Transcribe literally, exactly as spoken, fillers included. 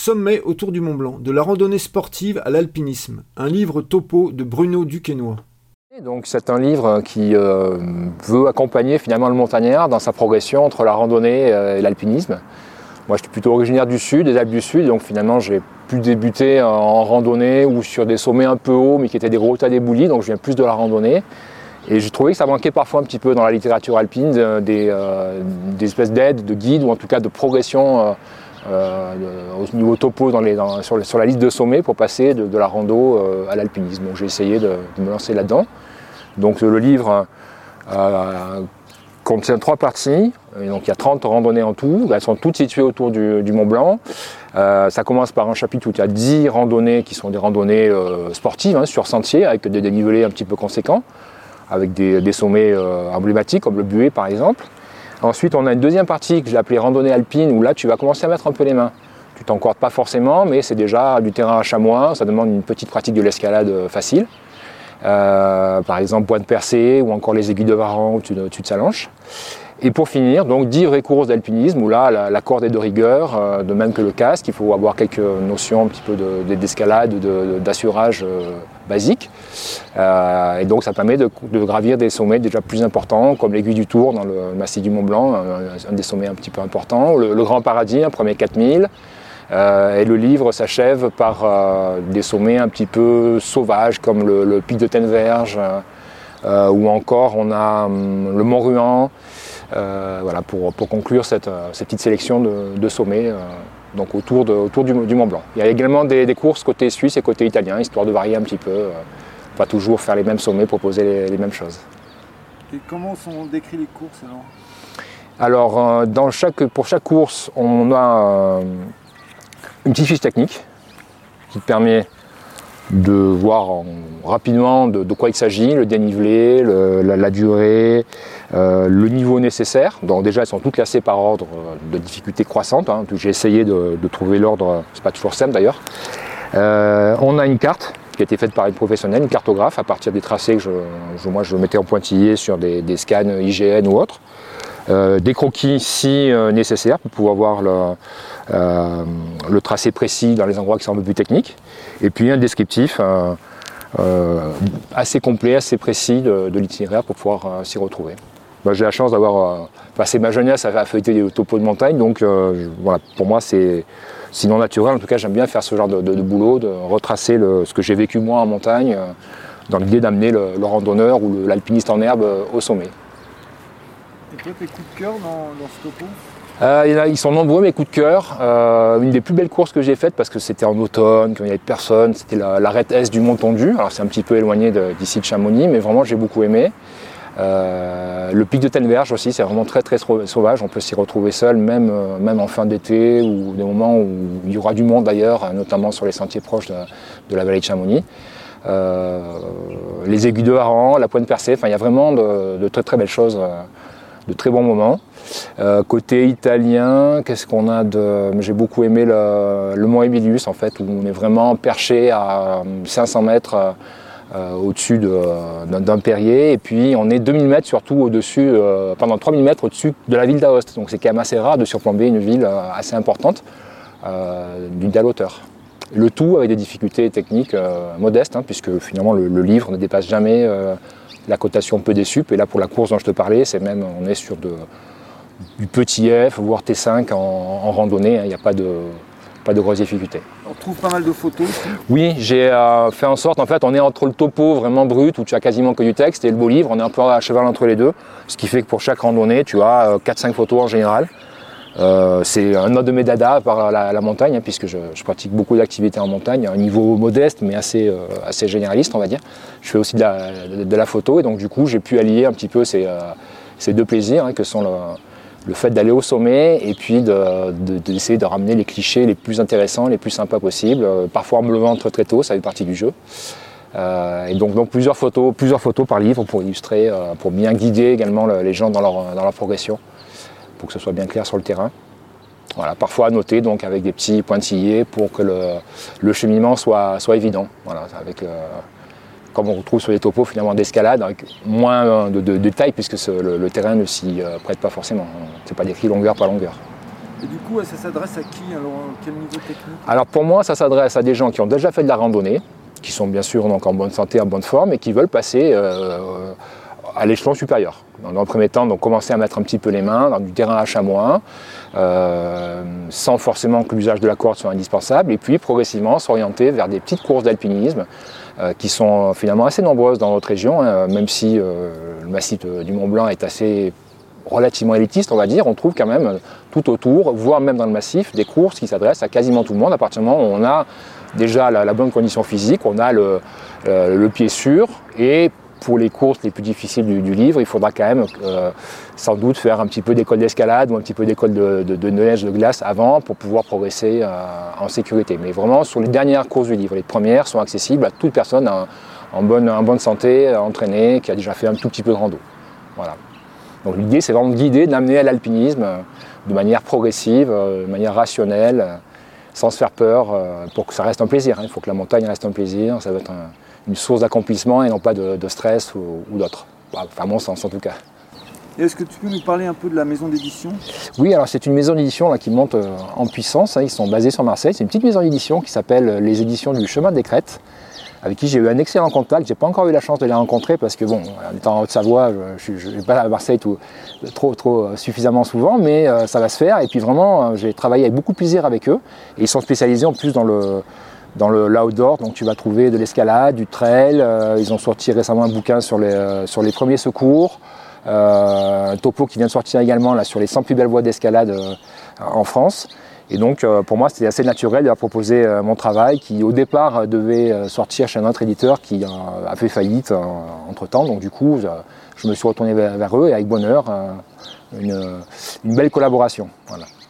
Sommet autour du Mont Blanc, de la randonnée sportive à l'alpinisme, un livre topo de Bruno Duquesnoy. Donc c'est un livre qui euh, veut accompagner finalement le montagnard dans sa progression entre la randonnée et l'alpinisme. Moi je suis plutôt originaire du sud, des Alpes du Sud, donc finalement j'ai pu débuter en randonnée ou sur des sommets un peu hauts mais qui étaient des gros tas d'éboulis, donc je viens plus de la randonnée. Et j'ai trouvé que ça manquait parfois un petit peu dans la littérature alpine des, euh, des espèces d'aides, de guides ou en tout cas de progression euh, euh, au niveau topo dans les, dans, sur, sur la liste de sommets pour passer de, de la rando euh, à l'alpinisme. Donc j'ai essayé de, de me lancer là-dedans. Donc le livre euh, contient trois parties, et donc il y a trente randonnées en tout, elles sont toutes situées autour du, du Mont Blanc. Euh, ça commence par un chapitre où il y a dix randonnées qui sont des randonnées euh, sportives, hein, sur sentier, avec des dénivelés un petit peu conséquents, avec des, des sommets euh, emblématiques comme le Buet par exemple. Ensuite on a une deuxième partie que j'ai appelée randonnée alpine, où là tu vas commencer à mettre un peu les mains. Tu t'encordes pas forcément, mais c'est déjà du terrain à chamois, ça demande une petite pratique de l'escalade facile. Euh, par exemple Bois de Percé ou encore les aiguilles de Varan au-dessus de, au-dessus de Salanches. Et pour finir, donc dix vraies courses d'alpinisme où là la, la corde est de rigueur, euh, de même que le casque, il faut avoir quelques notions un petit peu de, de, d'escalade, de, de, d'assurage euh, basique. Euh, et donc ça permet de, de gravir des sommets déjà plus importants, comme l'aiguille du Tour dans le massif du Mont Blanc, un, un des sommets un petit peu importants, le, le Grand Paradis, un premier quatre mille. Euh, et le livre s'achève par euh, des sommets un petit peu sauvages comme le, le pic de Tenverge euh, ou encore on a hum, le Mont Ruan, euh, voilà, pour, pour conclure cette, cette petite sélection de, de sommets euh, donc autour, de, autour du, du Mont Blanc. Il y a également des, des courses côté suisse et côté italien, histoire de varier un petit peu, euh, pas toujours faire les mêmes sommets, proposer les, les mêmes choses. Et comment sont décrits les courses alors ? Alors euh, dans chaque, pour chaque course on a euh, une petite fiche technique qui te permet de voir en, rapidement de, de quoi il s'agit, le dénivelé, le, la, la durée, euh, le niveau nécessaire. Donc déjà elles sont toutes classées par ordre de difficulté croissante, hein. J'ai essayé de, de trouver l'ordre, c'est pas toujours simple d'ailleurs. Euh, on a une carte qui a été faite par une professionnelle, une cartographe, à partir des tracés que je, je, moi je mettais en pointillé sur des, des scans I G N ou autres. Euh, des croquis si euh, nécessaire pour pouvoir voir le, euh, le tracé précis dans les endroits qui sont un peu plus techniques, et puis un descriptif euh, euh, assez complet, assez précis de, de l'itinéraire pour pouvoir euh, s'y retrouver. Bah, j'ai la chance d'avoir euh, passé ma jeunesse à feuilleter des topos de montagne, donc euh, je, voilà, pour moi c'est sinon naturel. En tout cas j'aime bien faire ce genre de, de, de boulot, de retracer le, ce que j'ai vécu moi en montagne, euh, dans l'idée d'amener le, le randonneur ou le, l'alpiniste en herbe euh, au sommet. Et toi, tes coups de cœur dans, dans ce topo ? euh, Ils sont nombreux mes coups de cœur. Euh, une des plus belles courses que j'ai faites, parce que c'était en automne, qu'il n'y avait personne, c'était la, l'arête est du Mont Tondu. Alors c'est un petit peu éloigné de, d'ici de Chamonix, mais vraiment j'ai beaucoup aimé. Euh, le pic de Tenverge aussi, c'est vraiment très très sauvage. On peut s'y retrouver seul, même, euh, même en fin d'été ou des moments où il y aura du monde d'ailleurs, notamment sur les sentiers proches de, de la vallée de Chamonix. Euh, les aiguilles de Varan, la Pointe Percée, enfin il y a vraiment de, de très très belles choses. Euh, de très bons moments. Euh, côté italien, qu'est-ce qu'on a de... J'ai beaucoup aimé le, le Mont Emilius en fait, où on est vraiment perché à cinq cents mètres euh, au-dessus de, d'un, d'un Perrier, et puis on est deux mille mètres surtout au-dessus, euh, pendant trois mille mètres au-dessus de la ville d'Aoste. Donc c'est quand même assez rare de surplomber une ville assez importante euh, d'une telle hauteur. Le tout avec des difficultés techniques euh, modestes, hein, puisque finalement le, le livre ne dépasse jamais euh, la cotation peu des sup, et là pour la course dont je te parlais, c'est même, on est sur de, du petit F, voire T cinq en, en randonnée, il hein, n'y a pas de, pas de grosses difficultés. On trouve pas mal de photos aussi. Oui, j'ai euh, fait en sorte, en fait, on est entre le topo vraiment brut, où tu as quasiment que du texte, et le beau livre, on est un peu à cheval entre les deux, ce qui fait que pour chaque randonnée, tu as euh, quatre cinq photos en général. Euh, c'est un autre de mes dadas par la, la montagne, hein, puisque je, je pratique beaucoup d'activités en montagne, à un niveau modeste mais assez, euh, assez généraliste on va dire. Je fais aussi de la, de, de la photo, et donc du coup j'ai pu allier un petit peu ces, euh, ces deux plaisirs, hein, que sont le, le fait d'aller au sommet et puis de, de, d'essayer de ramener les clichés les plus intéressants, les plus sympas possibles, euh, parfois en me levant très très tôt, ça fait partie du jeu. Euh, et donc, donc plusieurs photos, plusieurs photos par livre pour illustrer, euh, pour bien guider également le, les gens dans leur, dans leur progression, pour que ce soit bien clair sur le terrain. Voilà, parfois annoté donc avec des petits pointillés pour que le, le cheminement soit, soit évident. Voilà, avec, euh, comme on retrouve sur les topos finalement d'escalade, avec moins de, de, de détails puisque ce, le, le terrain ne s'y prête pas forcément. C'est pas décrit longueur par longueur. Et du coup, ça s'adresse à qui? Alors, quel niveau technique? Alors pour moi, ça s'adresse à des gens qui ont déjà fait de la randonnée, qui sont bien sûr donc en bonne santé, en bonne forme, et qui veulent passer euh, à l'échelon supérieur. Dans le premier temps, donc commencer à mettre un petit peu les mains dans du terrain à chamois, euh, sans forcément que l'usage de la corde soit indispensable, et puis progressivement s'orienter vers des petites courses d'alpinisme euh, qui sont finalement assez nombreuses dans notre région, hein, même si euh, le massif du Mont Blanc est assez relativement élitiste, on va dire, on trouve quand même tout autour, voire même dans le massif, des courses qui s'adressent à quasiment tout le monde à partir du moment où on a déjà la, la bonne condition physique, on a le, euh, le pied sûr, et pour les courses les plus difficiles du, du livre, il faudra quand même euh, sans doute faire un petit peu d'école d'escalade ou un petit peu d'école de, de, de neige, de glace avant pour pouvoir progresser euh, en sécurité. Mais vraiment, sur les dernières courses du livre, les premières sont accessibles à toute personne en, en, bonne, en bonne santé, entraînée, qui a déjà fait un tout petit peu de rando. Voilà. Donc l'idée, c'est vraiment de guider, d'amener à l'alpinisme de manière progressive, de manière rationnelle, sans se faire peur, pour que ça reste un plaisir. Il faut que la montagne reste un plaisir, ça doit être un, une source d'accomplissement et non pas de, de stress ou, ou d'autre. Enfin, à mon sens en tout cas. Et est-ce que tu peux nous parler un peu de la maison d'édition? Oui, alors c'est une maison d'édition là, qui monte en puissance. Hein. Ils sont basés sur Marseille. C'est une petite maison d'édition qui s'appelle les éditions du Chemin des Crêtes, avec qui j'ai eu un excellent contact. Je n'ai pas encore eu la chance de les rencontrer parce que, bon, en étant en Haute-Savoie, je ne vais pas à Marseille tout, trop, trop suffisamment souvent, mais euh, ça va se faire. Et puis vraiment, euh, j'ai travaillé avec beaucoup de plaisir avec eux. Et ils sont spécialisés en plus dans le, dans le l'outdoor, donc tu vas trouver de l'escalade, du trail. Euh, ils ont sorti récemment un bouquin sur les, euh, sur les premiers secours. Euh, un topo qui vient de sortir également là, sur les cent plus belles voies d'escalade euh, en France. Et donc euh, pour moi c'était assez naturel de leur proposer euh, mon travail qui au départ euh, devait euh, sortir chez un autre éditeur qui euh, a fait faillite euh, entre temps. Donc du coup je, je me suis retourné vers, vers eux et avec bonheur euh, une, une belle collaboration. Voilà.